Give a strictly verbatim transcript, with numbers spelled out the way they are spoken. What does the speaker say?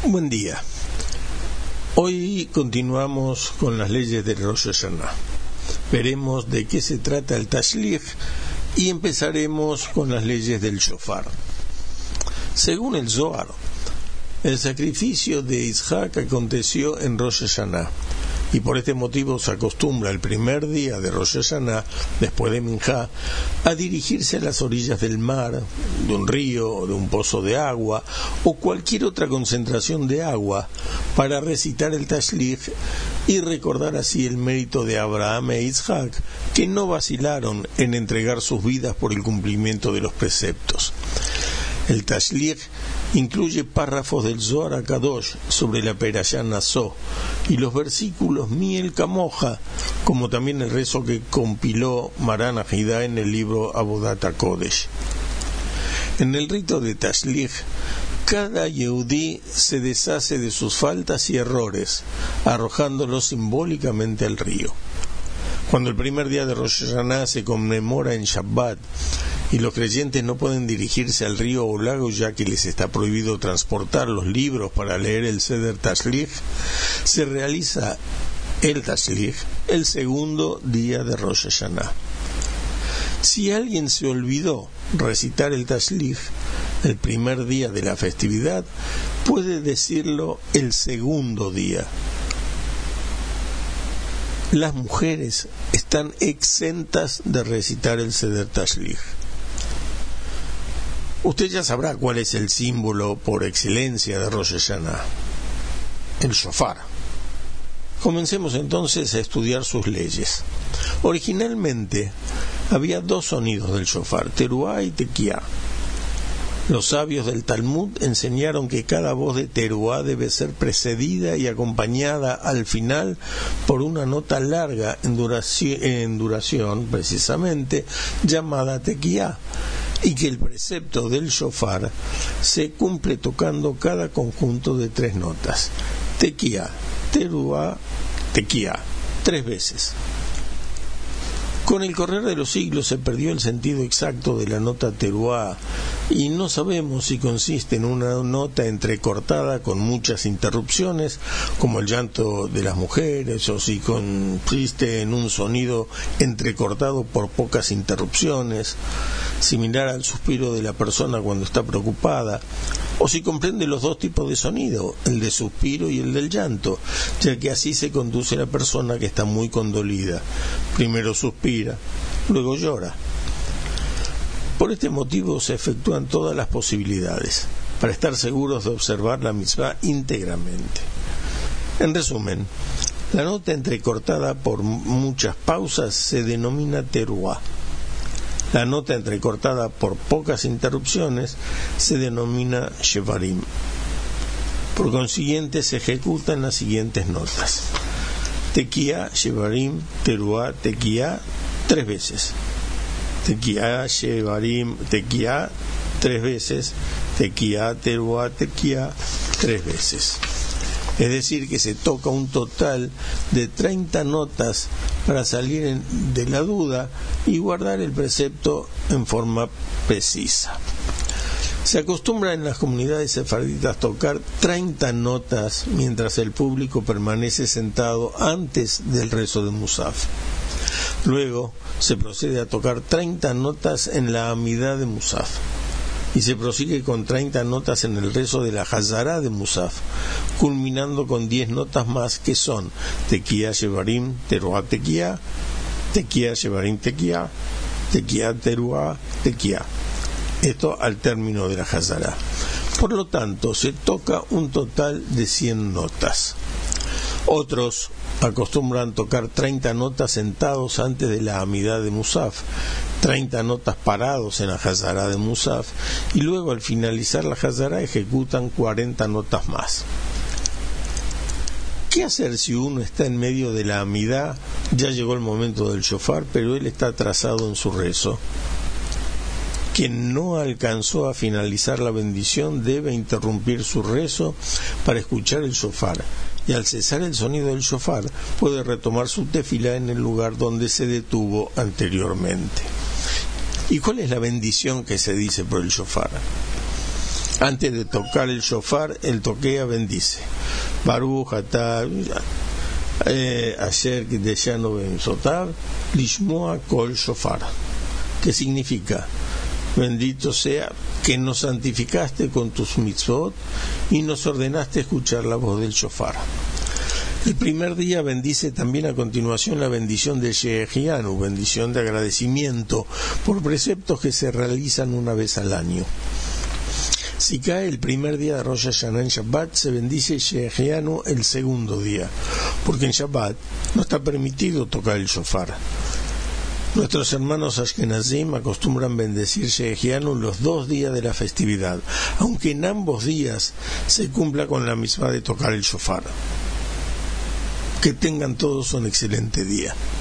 Buen día. Hoy continuamos con las leyes de Rosh Hashanah. Veremos de qué se trata el Tashlich y empezaremos con las leyes del shofar. Según el Zohar, el sacrificio de Isaac aconteció en Rosh Hashanah, y por este motivo se acostumbra el primer día de Rosh Hashanah, después de Minjá, a dirigirse a las orillas del mar, de un río, de un pozo de agua o cualquier otra concentración de agua para recitar el Tashlich y recordar así el mérito de Abraham e Isaac, que no vacilaron en entregar sus vidas por el cumplimiento de los preceptos. El Tashlich incluye párrafos del Zohar HaKadosh sobre la Perashá Naso y los versículos Miel Kamoja, como también el rezo que compiló Maran Ahidá en el libro Avodat HaKodesh. En el rito de Tashlich, cada Yehudí se deshace de sus faltas y errores, arrojándolos simbólicamente al río. Cuando el primer día de Rosh Hashanah se conmemora en Shabbat y los creyentes no pueden dirigirse al río o lago ya que les está prohibido transportar los libros para leer el Seder Tashlich, se realiza el Tashlich el segundo día de Rosh Hashanah. Si alguien se olvidó recitar el Tashlich el primer día de la festividad, puede decirlo el segundo día. Las mujeres están exentas de recitar el Seder Tashlich. Usted ya sabrá cuál es el símbolo por excelencia de Rosh Hashanah, el shofar. Comencemos entonces a estudiar sus leyes. Originalmente había dos sonidos del shofar, teruá y tequiá. Los sabios del Talmud enseñaron que cada voz de teruá debe ser precedida y acompañada al final por una nota larga en duración, en duración precisamente, llamada tequiá, y que el precepto del shofar se cumple tocando cada conjunto de tres notas. Tequiá, teruá, tequiá, tres veces. Con el correr de los siglos se perdió el sentido exacto de la nota teruá y no sabemos si consiste en una nota entrecortada con muchas interrupciones, como el llanto de las mujeres, o si consiste en un sonido entrecortado por pocas interrupciones, similar al suspiro de la persona cuando está preocupada, o si comprende los dos tipos de sonido, el de suspiro y el del llanto, ya que así se conduce la persona que está muy condolida. Primero suspira, luego llora. Por este motivo se efectúan todas las posibilidades, para estar seguros de observar la mitzvah íntegramente. En resumen, la nota entrecortada por muchas pausas se denomina teruá. La nota entrecortada por pocas interrupciones se denomina shevarim. Por consiguiente, se ejecutan las siguientes notas: tequiá, shevarim, teruá, tequiá, tres veces. Tequiá, shevarim, tequiá, tres veces. Tequiá, teruá, tequiá, tres veces. Es decir, que se toca un total de treinta notas para salir en, de la duda y guardar el precepto en forma precisa. Se acostumbra en las comunidades sefarditas tocar treinta notas mientras el público permanece sentado antes del rezo de Musaf. Luego se procede a tocar treinta notas en la amidá de Musaf y se prosigue con treinta notas en el rezo de la Hazará de Musaf, culminando con diez notas más que son tequiá, shevarim, teruá, tequiá, tequiá, shevarim, tequiá, tequiá, teruá, tequiá. Esto al término de la Hazará. Por lo tanto, se toca un total de cien notas. Otros acostumbran tocar treinta notas sentados antes de la amidá de Musaf, treinta notas parados en la Hazará de Musaf, y luego al finalizar la Hazará ejecutan cuarenta notas más. ¿Qué hacer si uno está en medio de la amidá? Ya llegó el momento del shofar, pero él está atrasado en su rezo. Quien no alcanzó a finalizar la bendición debe interrumpir su rezo para escuchar el shofar, y al cesar el sonido del shofar puede retomar su tefilá en el lugar donde se detuvo anteriormente. ¿Y cuál es la bendición que se dice por el shofar? Antes de tocar el shofar, el toquea bendice. Baruch atah asher kideshanu be'mitzvotav lishmoa kol shofar. ¿Qué significa? Bendito sea que nos santificaste con tus mitzvot y nos ordenaste escuchar la voz del shofar. El primer día bendice también a continuación la bendición de Shehejianu, bendición de agradecimiento por preceptos que se realizan una vez al año. Si cae el primer día de Rosh Hashanah en Shabbat, se bendice Shehejianu el segundo día, porque en Shabbat no está permitido tocar el shofar. Nuestros hermanos Ashkenazim acostumbran bendecir Shehejianu los dos días de la festividad, aunque en ambos días se cumpla con la misma de tocar el shofar. Que tengan todos un excelente día.